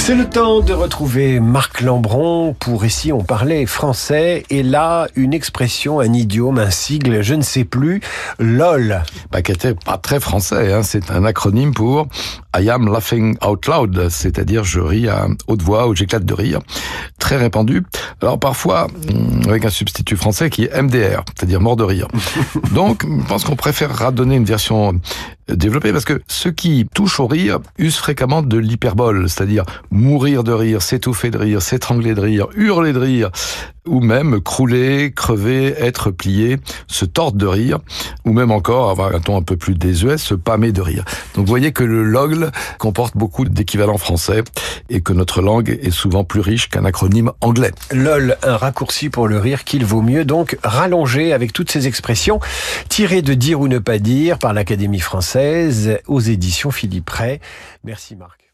C'est le temps de retrouver Marc Lambron pour Ici on parlait français, et là une expression, un idiome, un sigle, je ne sais plus, LOL. Qui était pas très français, hein. C'est un acronyme pour I am laughing out loud, c'est-à-dire je ris à haute voix ou j'éclate de rire. Très répandu. Alors parfois avec un substitut français qui est MDR, c'est-à-dire mort de rire. Donc je pense qu'on préférera donner une version développée parce que ceux qui touchent au rire usent fréquemment de l'hyperbole, c'est-à-dire mourir de rire, s'étouffer de rire, s'étrangler de rire, hurler de rire, ou même crouler, crever, être plié, se tordre de rire, ou même encore avoir un ton un peu plus désuet, se pâmer de rire. Donc vous voyez que le LOL comporte beaucoup d'équivalents français et que notre langue est souvent plus riche qu'un acronyme anglais. LOL, un raccourci pour le rire qu'il vaut mieux donc rallonger avec toutes ces expressions tirées de Dire ou ne pas dire par l'Académie française aux éditions Philippe Ray. Merci Marc.